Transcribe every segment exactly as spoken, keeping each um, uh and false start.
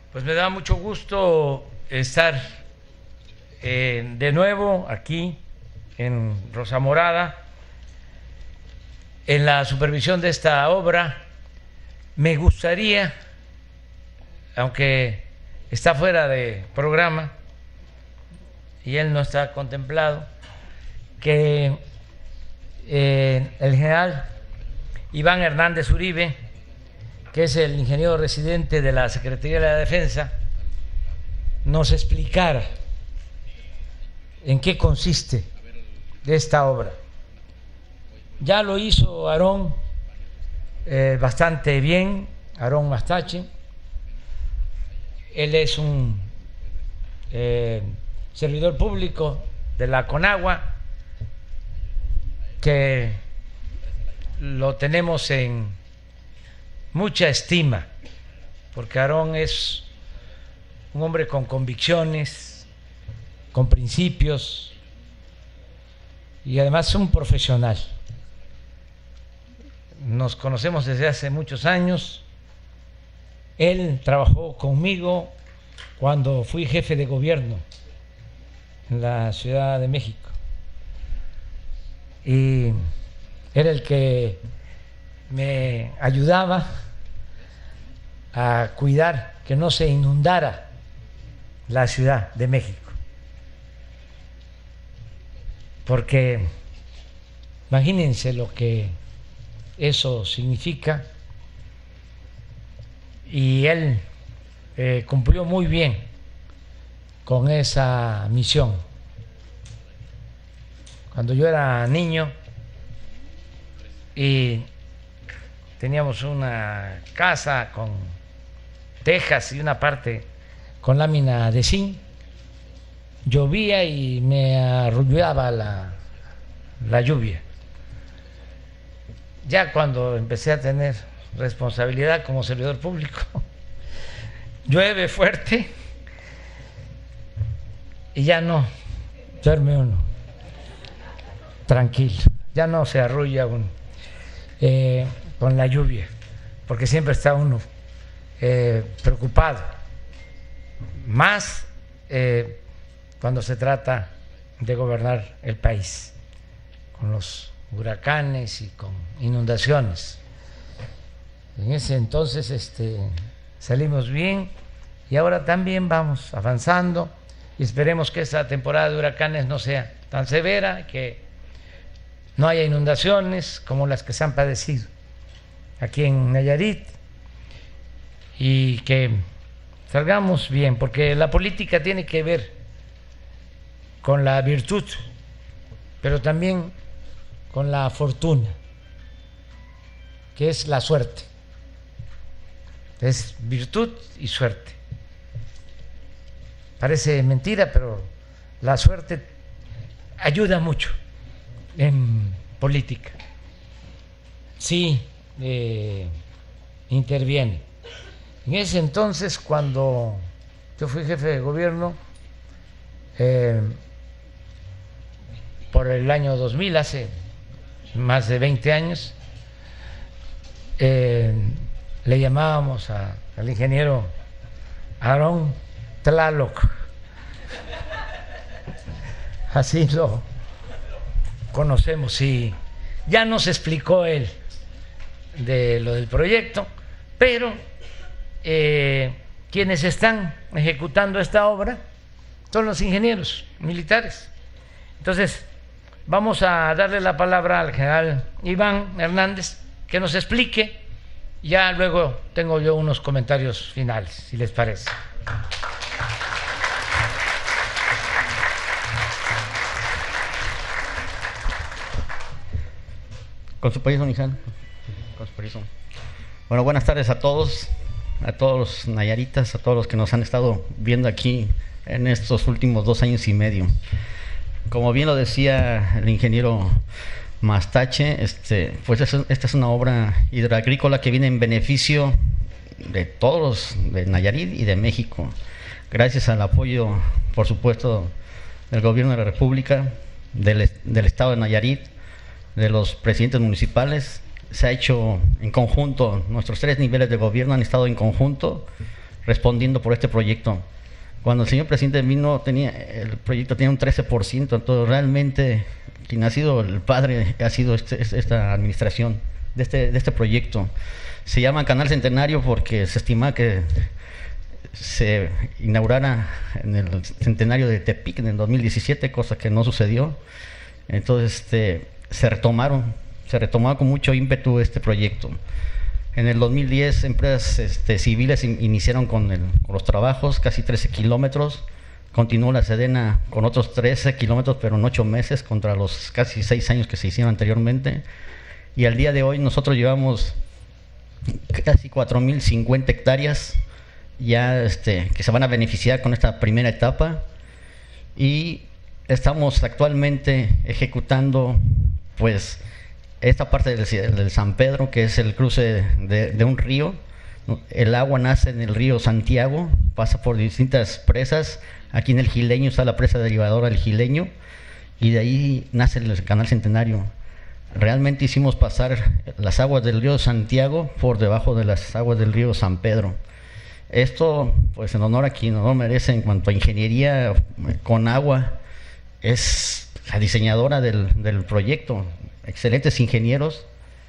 Pues me da mucho gusto estar eh, de nuevo aquí en Rosa Morada, en la supervisión de esta obra. Me gustaría, aunque está fuera de programa y él no está contemplado, que eh, el general Iván Hernández Uribe, que es el ingeniero residente de la Secretaría de la Defensa, nos explicara en qué consiste esta obra. Ya lo hizo Aarón eh, bastante bien, Aarón Mastache. Él es un eh, servidor público de la Conagua, que lo tenemos en mucha estima, porque Aarón es un hombre con convicciones, con principios y además un profesional. Nos conocemos desde hace muchos años. Él trabajó conmigo cuando fui jefe de gobierno en la Ciudad de México y era el que me ayudaba a cuidar que no se inundara la Ciudad de México, porque imagínense lo que eso significa, y él eh, cumplió muy bien con esa misión. Cuando yo era niño y teníamos una casa con tejas y una parte con lámina de zinc, llovía y me arrullaba la, la lluvia. Ya cuando empecé a tener responsabilidad como servidor público, llueve fuerte y ya no duerme uno tranquilo, ya no se arrulla uno eh, con la lluvia, porque siempre está uno eh, preocupado, más eh, cuando se trata de gobernar el país, con los huracanes y con inundaciones. En ese entonces este, salimos bien y ahora también vamos avanzando y esperemos que esta temporada de huracanes no sea tan severa, que no haya inundaciones como las que se han padecido aquí en Nayarit y que salgamos bien, porque la política tiene que ver con la virtud, pero también con la fortuna, que es la suerte. Es virtud y suerte. Parece mentira, pero la suerte ayuda mucho en política. Sí, eh, interviene. En ese entonces, cuando yo fui jefe de gobierno, eh, por el año dos mil, hace más de veinte años, eh, le llamábamos a, al ingeniero Aarón Tlaloc, así lo conocemos, y ya nos explicó él de lo del proyecto, pero eh, quienes están ejecutando esta obra son los ingenieros militares. Entonces vamos a darle la palabra al general Iván Hernández, que nos explique. Ya luego tengo yo unos comentarios finales, si les parece. Con su permiso, Nijal. Con su permiso. Bueno, buenas tardes a todos, a todos los nayaritas, a todos los que nos han estado viendo aquí en estos últimos dos años y medio. Como bien lo decía el ingeniero Mastache, este, pues esta es una obra hidroagrícola que viene en beneficio de todos los de Nayarit y de México, gracias al apoyo, por supuesto, del gobierno de la República, del, del estado de Nayarit, de los presidentes municipales. Se ha hecho en conjunto, nuestros tres niveles de gobierno han estado en conjunto respondiendo por este proyecto. Cuando el señor presidente vino, tenía, el proyecto tenía un trece por ciento, entonces realmente quien ha sido el padre ha sido este, esta administración de este, de este proyecto. Se llama Canal Centenario porque se estima que se inaugurara en el centenario de Tepic en el dos mil diecisiete, cosa que no sucedió. Entonces este, se retomaron, se retomó con mucho ímpetu este proyecto. En el dos mil diez, empresas este, civiles in, iniciaron con, el, con los trabajos, casi trece kilómetros. Continuó la Sedena con otros trece kilómetros, pero en ocho meses, contra los casi seis años que se hicieron anteriormente. Y al día de hoy nosotros llevamos casi cuatro mil cincuenta hectáreas ya este, que se van a beneficiar con esta primera etapa. Y estamos actualmente ejecutando, pues, esta parte del, del San Pedro, que es el cruce de, de un río. El agua nace en el río Santiago, pasa por distintas presas. Aquí en el Gileño está la presa derivadora del Gileño, y de ahí nace el Canal Centenario. Realmente hicimos pasar las aguas del río Santiago por debajo de las aguas del río San Pedro. Esto, pues, en honor a quien honor merece en cuanto a ingeniería con agua, es la diseñadora del, del proyecto. Excelentes ingenieros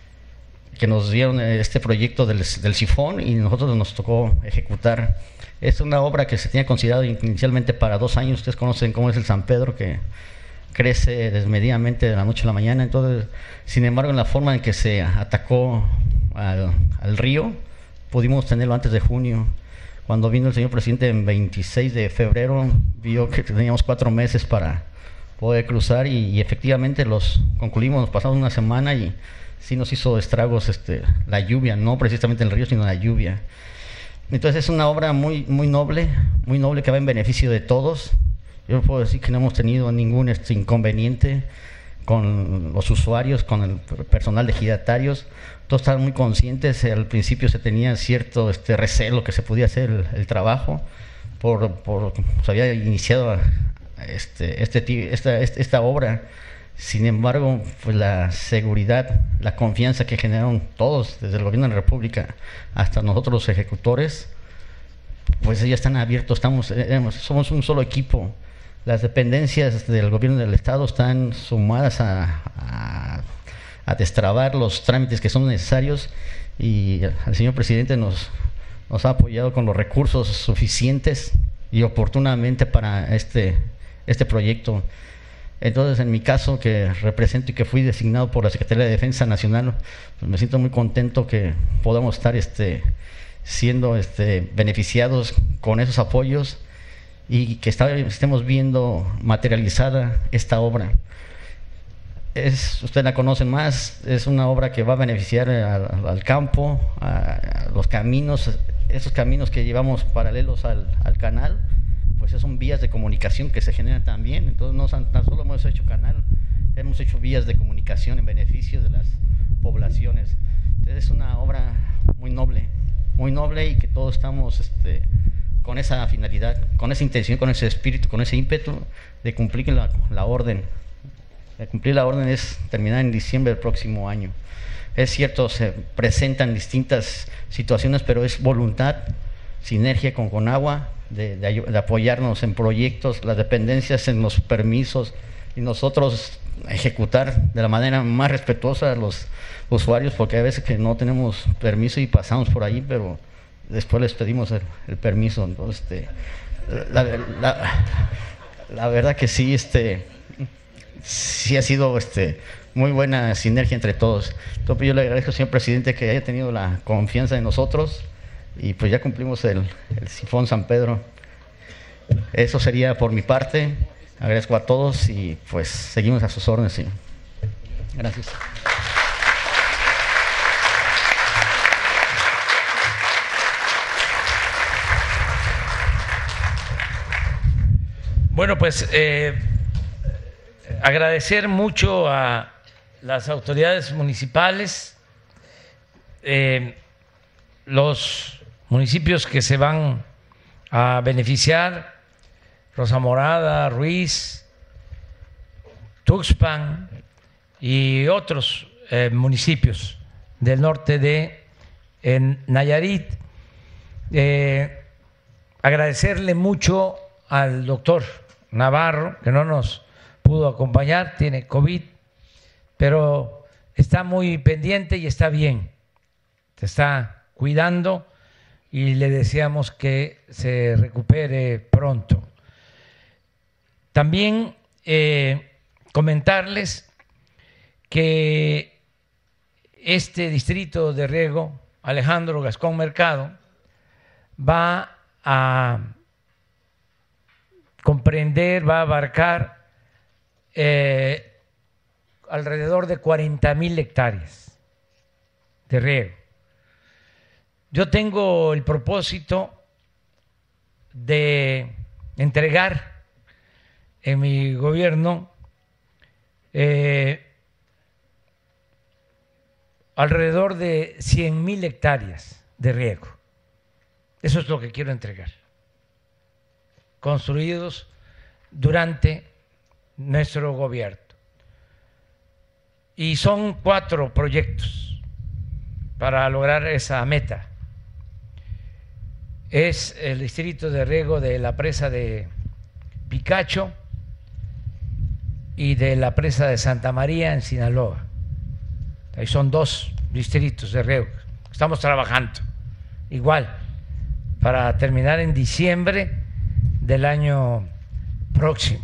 que nos dieron este proyecto del, del sifón, y nosotros nos tocó ejecutar. Es una obra que se tenía considerado inicialmente para dos años. Ustedes conocen cómo es el San Pedro, que crece desmedidamente de la noche a la mañana. Entonces, sin embargo, en la forma en que se atacó al, al río, pudimos tenerlo antes de junio. Cuando vino el señor presidente en veintiséis de febrero, vio que teníamos cuatro meses para poder cruzar, y, y efectivamente los concluimos. Nos pasamos una semana y sí nos hizo estragos este, la lluvia, no precisamente el río, sino la lluvia. Entonces es una obra muy, muy noble, muy noble, que va en beneficio de todos. Yo puedo decir que no hemos tenido ningún este, inconveniente con los usuarios, con el personal de ejidatarios. Todos estaban muy conscientes. Al principio se tenía cierto este, recelo que se podía hacer el, el trabajo, por, por se había iniciado Este, este, esta, esta obra. Sin embargo, pues la seguridad, la confianza que generaron todos, desde el gobierno de la República hasta nosotros los ejecutores, pues ya están abiertos. Estamos, eh, somos un solo equipo. Las dependencias del gobierno del Estado están sumadas a, a, a destrabar los trámites que son necesarios, y el señor presidente nos, nos ha apoyado con los recursos suficientes y oportunamente para este este proyecto. Entonces, en mi caso, que represento y que fui designado por la Secretaría de Defensa Nacional, pues me siento muy contento que podamos estar este, siendo este, beneficiados con esos apoyos, y que está, estemos viendo materializada esta obra. Es, ustedes la conocen más, es una obra que va a beneficiar al, al campo, a, a los caminos, esos caminos que llevamos paralelos al, al canal, pues son vías de comunicación que se generan también. Entonces no tan solo hemos hecho canal, hemos hecho vías de comunicación en beneficio de las poblaciones. Entonces es una obra muy noble, muy noble, y que todos estamos este, con esa finalidad, con esa intención, con ese espíritu, con ese ímpetu de cumplir la, la orden. De cumplir la orden es terminar en diciembre del próximo año. Es cierto, se presentan distintas situaciones, pero es voluntad, sinergia con Conagua, De, de, de apoyarnos en proyectos, las dependencias en los permisos, y nosotros ejecutar de la manera más respetuosa a los usuarios, porque a veces que no tenemos permiso y pasamos por ahí, pero después les pedimos el, el permiso. Entonces, este, la, la, la verdad que sí, este, sí ha sido este, muy buena sinergia entre todos. Entonces, yo le agradezco al señor presidente que haya tenido la confianza en nosotros, y pues ya cumplimos el, el sifón San Pedro. Eso sería por mi parte. Agradezco a todos, y pues seguimos a sus órdenes, señor. Gracias. Bueno, pues eh, agradecer mucho a las autoridades municipales, eh, los municipios que se van a beneficiar: Rosa Morada, Ruiz, Tuxpan y otros eh, municipios del norte de en Nayarit. Eh, agradecerle mucho al doctor Navarro, que no nos pudo acompañar, tiene COVID, pero está muy pendiente y está bien, se está cuidando y le deseamos que se recupere pronto. También eh, comentarles que este distrito de riego, Alejandro Gascón Mercado, va a comprender, va a abarcar eh, alrededor de cuarenta mil hectáreas de riego. Yo tengo el propósito de entregar en mi gobierno eh, alrededor de cien mil hectáreas de riego. Eso es lo que quiero entregar, construidos durante nuestro gobierno. Y son cuatro proyectos para lograr esa meta. Es el distrito de riego de la presa de Picacho y de la presa de Santa María en Sinaloa. Ahí son dos distritos de riego. Estamos trabajando igual para terminar en diciembre del año próximo.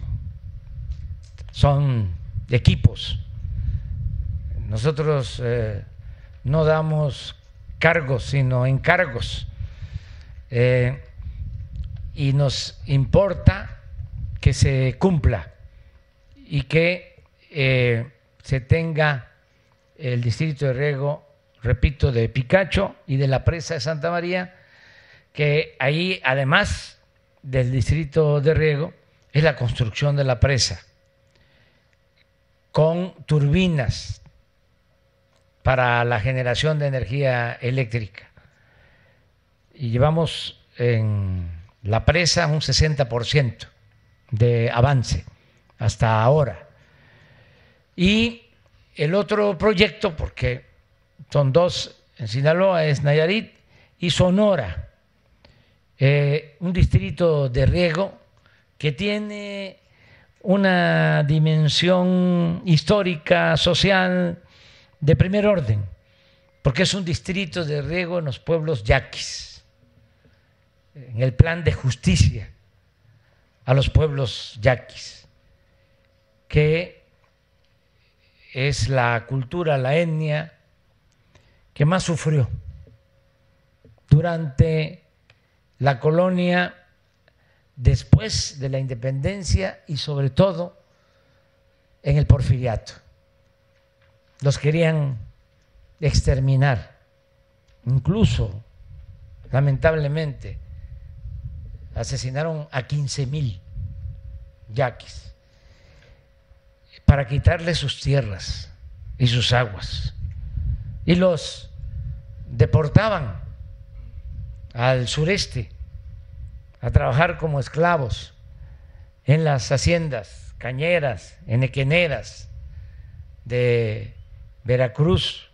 Son equipos. Nosotros eh, no damos cargos, sino encargos. Eh, y nos importa que se cumpla y que eh, se tenga el distrito de riego, repito, de Picacho y de la presa de Santa María, que ahí, además del distrito de riego, es la construcción de la presa con turbinas para la generación de energía eléctrica. Y llevamos en la presa un sesenta por ciento de avance hasta ahora. Y el otro proyecto, porque son dos en Sinaloa, es Nayarit y Sonora. Eh, un distrito de riego que tiene una dimensión histórica, social, de primer orden, porque es un distrito de riego en los pueblos yaquis, en el plan de justicia a los pueblos yaquis, que es la cultura, la etnia que más sufrió durante la colonia, después de la independencia y sobre todo en el porfiriato. Los querían exterminar, incluso, lamentablemente, asesinaron a quince mil yaquis para quitarles sus tierras y sus aguas, y los deportaban al sureste a trabajar como esclavos en las haciendas cañeras, enequeneras de Veracruz,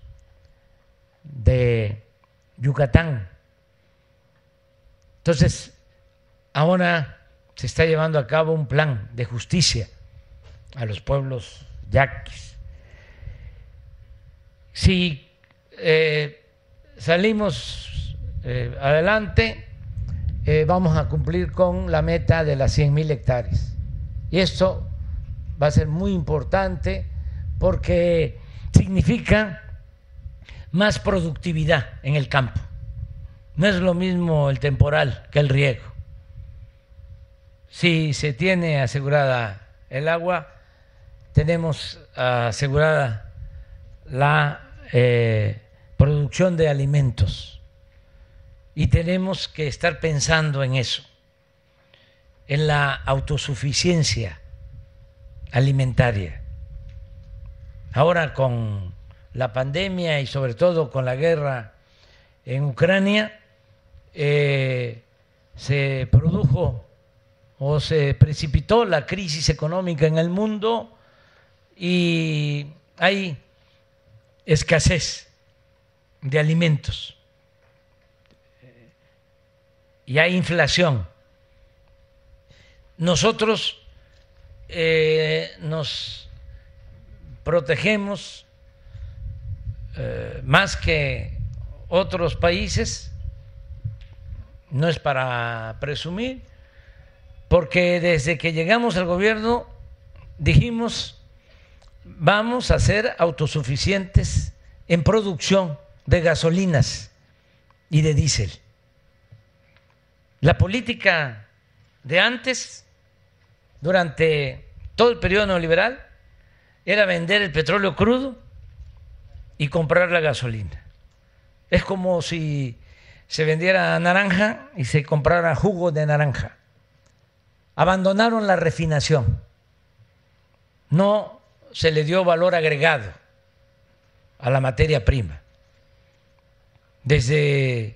de Yucatán. Entonces, ahora se está llevando a cabo un plan de justicia a los pueblos yaquis. Si eh, salimos eh, adelante, eh, vamos a cumplir con la meta de las cien mil hectáreas. Y esto va a ser muy importante porque significa más productividad en el campo. No es lo mismo el temporal que el riego. Si se tiene asegurada el agua, tenemos asegurada la eh, producción de alimentos y tenemos que estar pensando en eso, en la autosuficiencia alimentaria. Ahora con la pandemia y sobre todo con la guerra en Ucrania, eh, se produjo o se precipitó la crisis económica en el mundo y hay escasez de alimentos y hay inflación nosotros eh, nos protegemos eh, más que otros países, no es para presumir, porque desde que llegamos al gobierno dijimos vamos a ser autosuficientes en producción de gasolinas y de diésel. La política de antes, durante todo el periodo neoliberal, era vender el petróleo crudo y comprar la gasolina. Es como si se vendiera naranja y se comprara jugo de naranja. Abandonaron la refinación. No se le dio valor agregado a la materia prima. Desde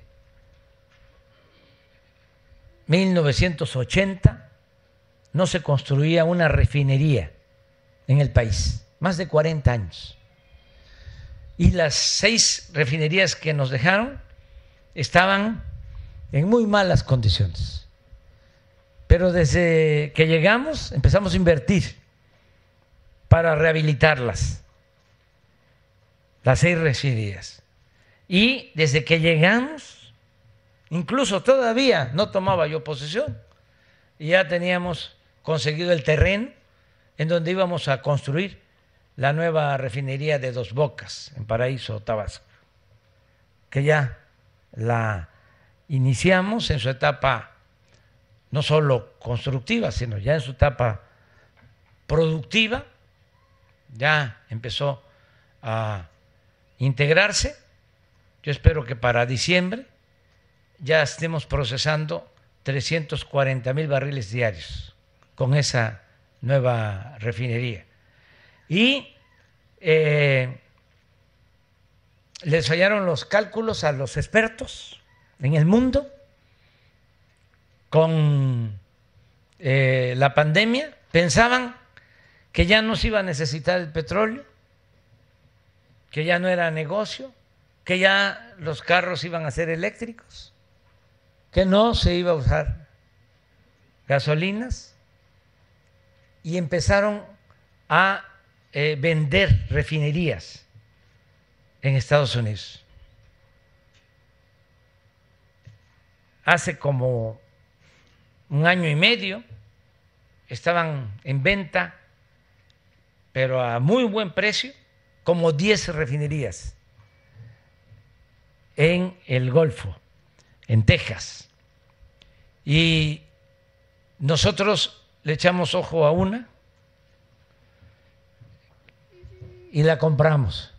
mil novecientos ochenta no se construía una refinería en el país, más de cuarenta años. Y las seis refinerías que nos dejaron estaban en muy malas condiciones. Pero desde que llegamos empezamos a invertir para rehabilitarlas, las seis refinerías. Y desde que llegamos, incluso todavía no tomaba yo posesión, y ya teníamos conseguido el terreno en donde íbamos a construir la nueva refinería de Dos Bocas, en Paraíso, Tabasco, que ya la iniciamos en su etapa no solo constructiva, sino ya en su etapa productiva, ya empezó a integrarse. Yo espero que para diciembre ya estemos procesando trescientos cuarenta mil barriles diarios con esa nueva refinería. Y eh, les fallaron los cálculos a los expertos en el mundo con eh, la pandemia. Pensaban que ya no se iba a necesitar el petróleo, que ya no era negocio, que ya los carros iban a ser eléctricos, que no se iba a usar gasolinas, y empezaron a eh, vender refinerías en Estados Unidos. Hace como un año y medio estaban en venta, pero a muy buen precio, como diez refinerías en el Golfo, en Texas. Y nosotros le echamos ojo a una y la compramos.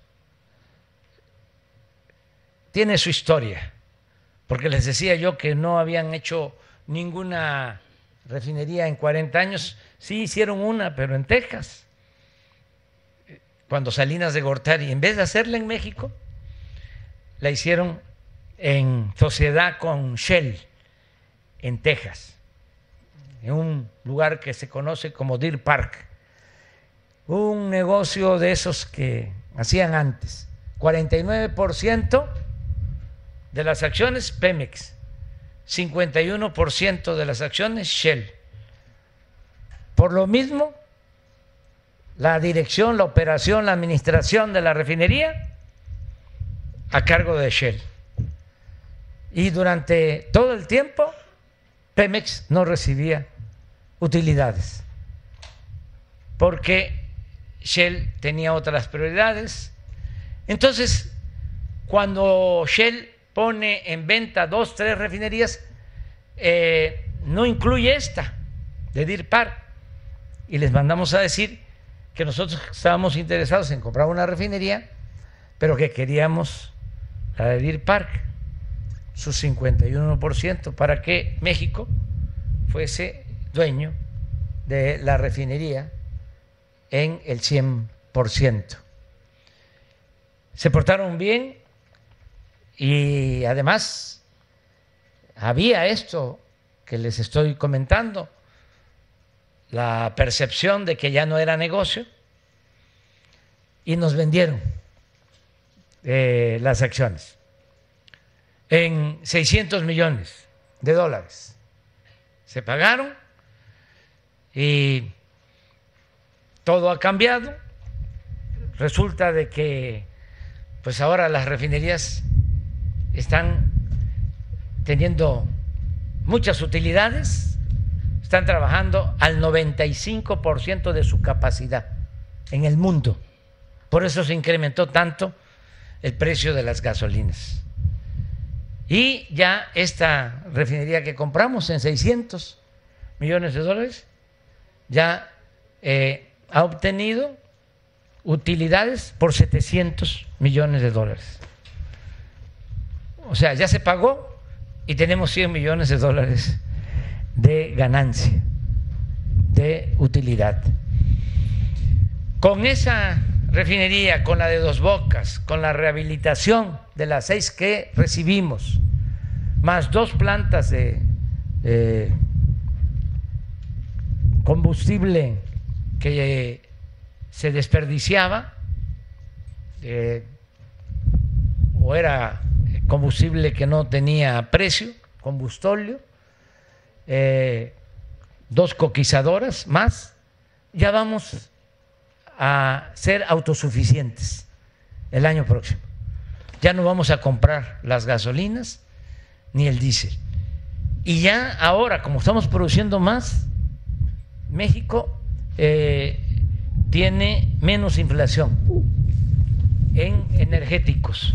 Tiene su historia, porque les decía yo que no habían hecho ninguna refinería en cuarenta años. Sí hicieron una, pero en Texas, cuando Salinas de Gortari, en vez de hacerla en México, la hicieron en sociedad con Shell en Texas, en un lugar que se conoce como Deer Park, un negocio de esos que hacían antes. cuarenta y nueve por ciento de las acciones Pemex, cincuenta y uno por ciento de las acciones Shell. Por lo mismo, la dirección, la operación, la administración de la refinería a cargo de Shell. Y durante todo el tiempo Pemex no recibía utilidades porque Shell tenía otras prioridades. Entonces, cuando Shell pone en venta dos, tres refinerías, eh, no incluye esta de Deer Park, y les mandamos a decir que nosotros estábamos interesados en comprar una refinería, pero que queríamos la de Deer Park, su cincuenta y uno por ciento, para que México fuese dueño de la refinería en el cien por ciento. Se portaron bien y además había esto que les estoy comentando, la percepción de que ya no era negocio, y nos vendieron eh, las acciones en seiscientos millones de dólares. Se pagaron y todo ha cambiado. Resulta de que pues ahora las refinerías están teniendo muchas utilidades, están trabajando al noventa y cinco por ciento de su capacidad en el mundo. Por eso se incrementó tanto el precio de las gasolinas. Y ya esta refinería que compramos en seiscientos millones de dólares ya eh, ha obtenido utilidades por setecientos millones de dólares. O sea, ya se pagó y tenemos cien millones de dólares de ganancia, de utilidad. Con esa refinería, con la de Dos Bocas, con la rehabilitación de las seis que recibimos, más dos plantas de eh, combustible que se desperdiciaba, eh, o era combustible que no tenía precio, combustóleo, eh, dos coquizadoras más, ya vamos a ser autosuficientes el año próximo. Ya no vamos a comprar las gasolinas ni el diésel. Y ya ahora, como estamos produciendo más, México eh, tiene menos inflación en energéticos.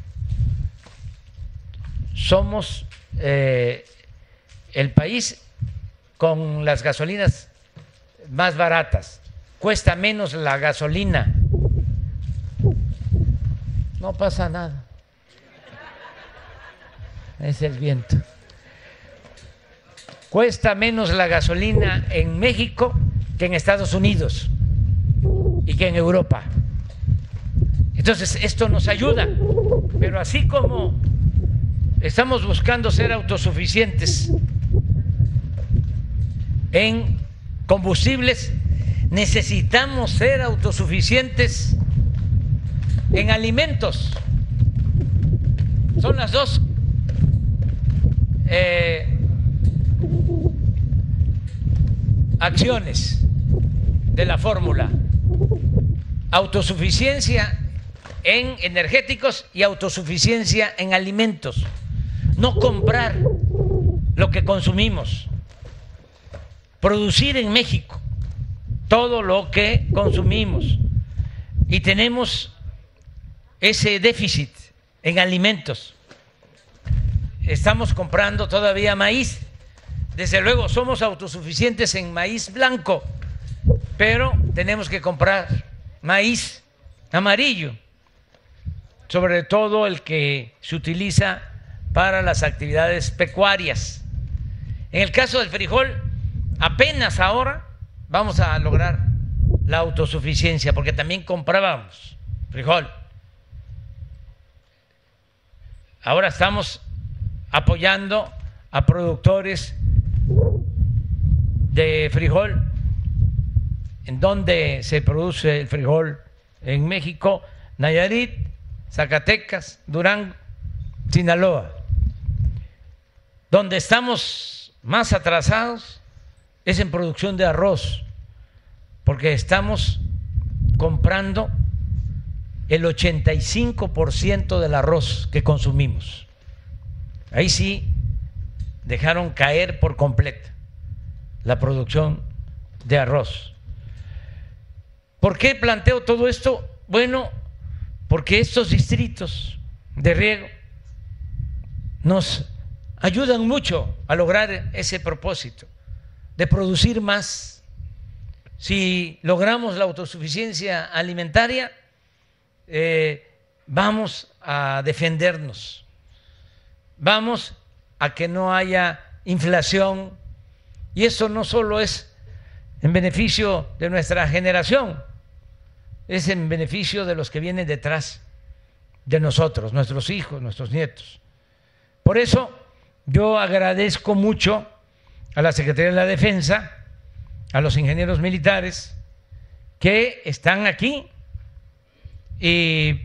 Somos eh, el país con las gasolinas más baratas. Cuesta menos la gasolina. No pasa nada. Es el viento. Cuesta menos la gasolina en México que en Estados Unidos y que en Europa. Entonces, esto nos ayuda. Pero así como estamos buscando ser autosuficientes en combustibles, necesitamos ser autosuficientes en alimentos. Son las dos eh, acciones de la fórmula: autosuficiencia en energéticos y autosuficiencia en alimentos. No comprar lo que consumimos, producir en México todo lo que consumimos. Y tenemos ese déficit en alimentos. Estamos comprando todavía maíz. Desde luego somos autosuficientes en maíz blanco, pero tenemos que comprar maíz amarillo, sobre todo el que se utiliza para las actividades pecuarias. En el caso del frijol, apenas ahora vamos a lograr la autosuficiencia, porque también comprábamos frijol. Ahora estamos apoyando a productores de frijol. ¿En dónde se produce el frijol? En México: Nayarit, Zacatecas, Durango, Sinaloa. Donde estamos más atrasados es en producción de arroz, porque estamos comprando el ochenta y cinco por ciento del arroz que consumimos. Ahí sí dejaron caer por completo la producción de arroz. ¿Por qué planteo todo esto? Bueno, porque estos distritos de riego nos ayudan mucho a lograr ese propósito de producir más. Si logramos la autosuficiencia alimentaria, eh, vamos a defendernos, vamos a que no haya inflación, y eso no solo es en beneficio de nuestra generación, es en beneficio de los que vienen detrás de nosotros, nuestros hijos, nuestros nietos. Por eso yo agradezco mucho a la Secretaría de la Defensa, a los ingenieros militares que están aquí, y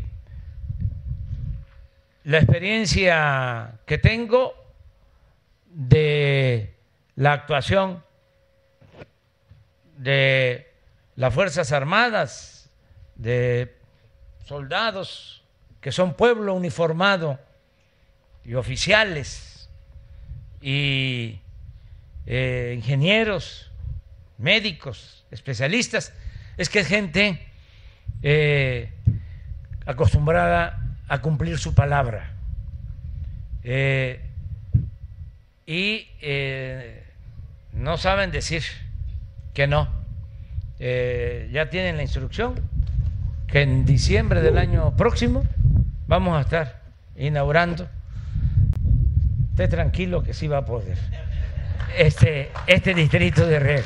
la experiencia que tengo de la actuación de las Fuerzas Armadas, de soldados que son pueblo uniformado y oficiales y eh, ingenieros, médicos, especialistas, es que es gente eh, acostumbrada a cumplir su palabra. Eh, y eh, no saben decir que no. Eh, ya tienen la instrucción que en diciembre del año próximo vamos a estar inaugurando. Esté tranquilo que sí va a poder este, este distrito de riego.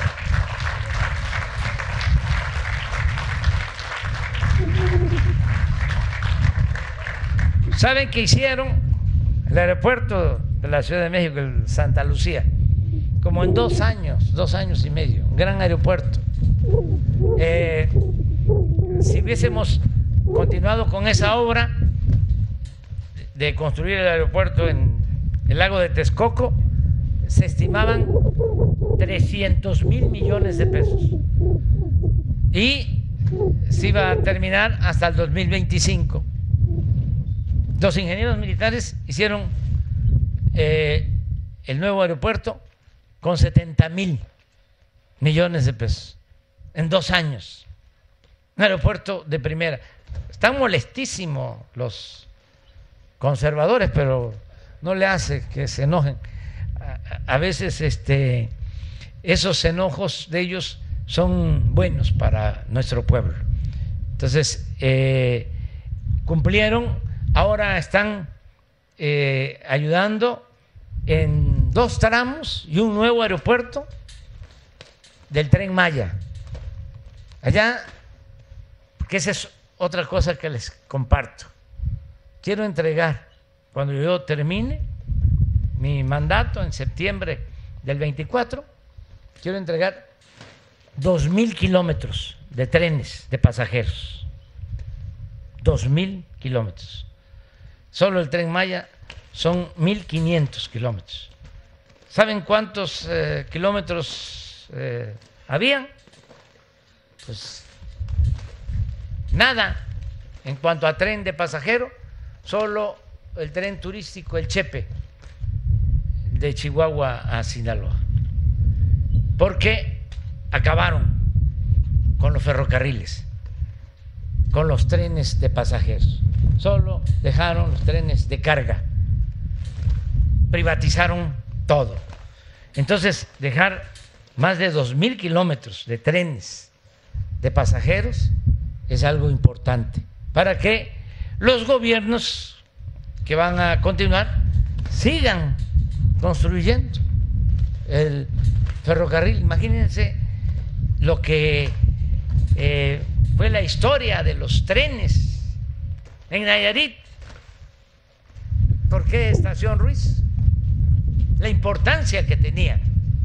¿Saben qué hicieron? El aeropuerto de la Ciudad de México, el Santa Lucía, como en dos años, dos años y medio, un gran aeropuerto. Eh, si hubiésemos continuado con esa obra de construir el aeropuerto en el lago de Texcoco, se estimaban trescientos mil millones de pesos y se iba a terminar hasta el dos mil veinticinco. Los ingenieros militares hicieron eh, el nuevo aeropuerto con setenta mil millones de pesos en dos años. Un aeropuerto de primera. Están molestísimos los conservadores, pero no le hace que se enojen. A, a veces este, esos enojos de ellos son buenos para nuestro pueblo. Entonces, eh, cumplieron. Ahora están eh, ayudando en dos tramos y un nuevo aeropuerto del Tren Maya. Allá, porque esa es otra cosa que les comparto. Quiero entregar, cuando yo termine mi mandato en septiembre del veinticuatro, quiero entregar dos mil kilómetros de trenes de pasajeros. Dos mil kilómetros. Solo el Tren Maya son mil quinientos kilómetros. ¿Saben cuántos eh, kilómetros eh, habían? Pues nada. En cuanto a tren de pasajero, solo el tren turístico, el Chepe, de Chihuahua a Sinaloa. Porque acabaron con los ferrocarriles, con los trenes de pasajeros. Solo dejaron los trenes de carga, privatizaron todo. Entonces, dejar más de dos mil kilómetros de trenes de pasajeros es algo importante para que los gobiernos que van a continuar sigan construyendo el ferrocarril. Imagínense lo que eh, fue la historia de los trenes en Nayarit. ¿Por qué Estación Ruiz? La importancia que tenían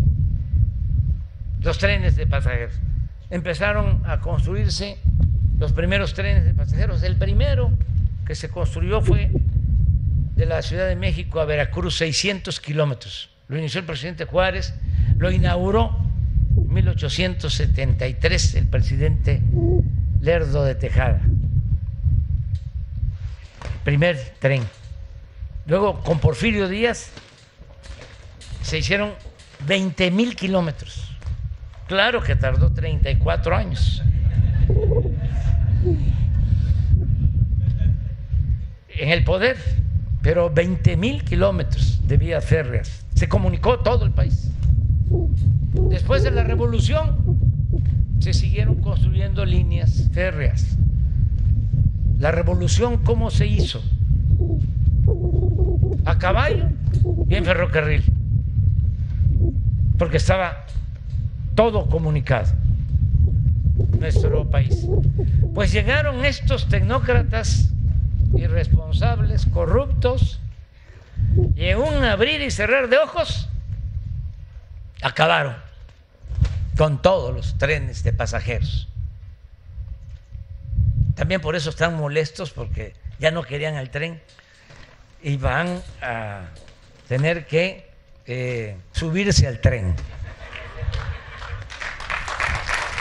los trenes de pasajeros. Empezaron a construirse los primeros trenes de pasajeros. El primero que se construyó fue de la Ciudad de México a Veracruz, seiscientos kilómetros. Lo inició el presidente Juárez, lo inauguró en mil ochocientos setenta y tres el presidente Lerdo de Tejada. Primer tren. Luego, con Porfirio Díaz, se hicieron veinte mil kilómetros. Claro que tardó treinta y cuatro años. En el poder, pero veinte mil kilómetros de vías férreas. Se comunicó todo el país. Después de la Revolución, se siguieron construyendo líneas férreas. La Revolución, ¿cómo se hizo? A caballo y en ferrocarril, porque estaba todo comunicado nuestro país. Pues llegaron estos tecnócratas irresponsables, corruptos, y en un abrir y cerrar de ojos acabaron con todos los trenes de pasajeros. También por eso están molestos, porque ya no querían el tren y van a tener que eh, subirse al tren.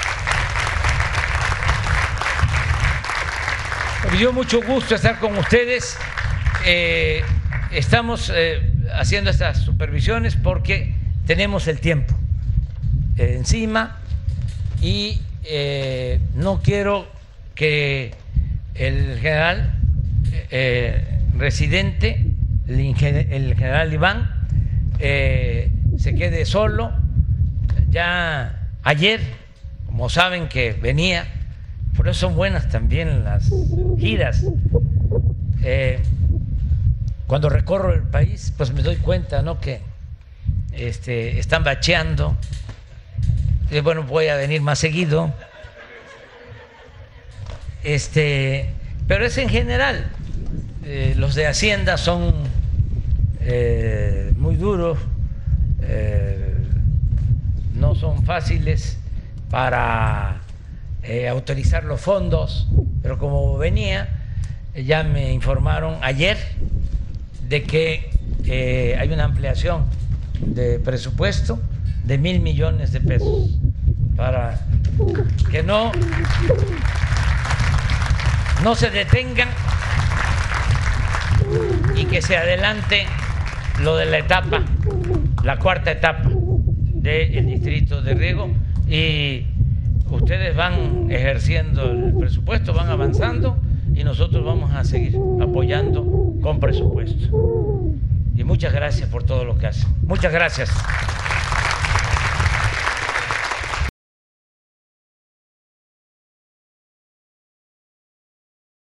Me dio mucho gusto estar con ustedes. Eh, estamos eh, haciendo estas supervisiones porque tenemos el tiempo eh, encima y eh, no quiero que el general eh, residente, el, el general Iván, eh, se quede solo. Ya ayer, como saben que venía, por eso son buenas también las giras. Eh, cuando recorro el país, pues me doy cuenta, ¿no?, que este, están bacheando. Y bueno, voy a venir más seguido. Este, pero es en general. Eh, los de Hacienda son eh, muy duros, eh, no son fáciles para eh, autorizar los fondos, pero como venía, eh, ya me informaron ayer de que eh, hay una ampliación de presupuesto de mil millones de pesos para que no, no se detengan y que se adelante lo de la etapa, la cuarta etapa del distrito de riego, y ustedes van ejerciendo el presupuesto, van avanzando y nosotros vamos a seguir apoyando con presupuesto. Y muchas gracias por todo lo que hacen. Muchas gracias.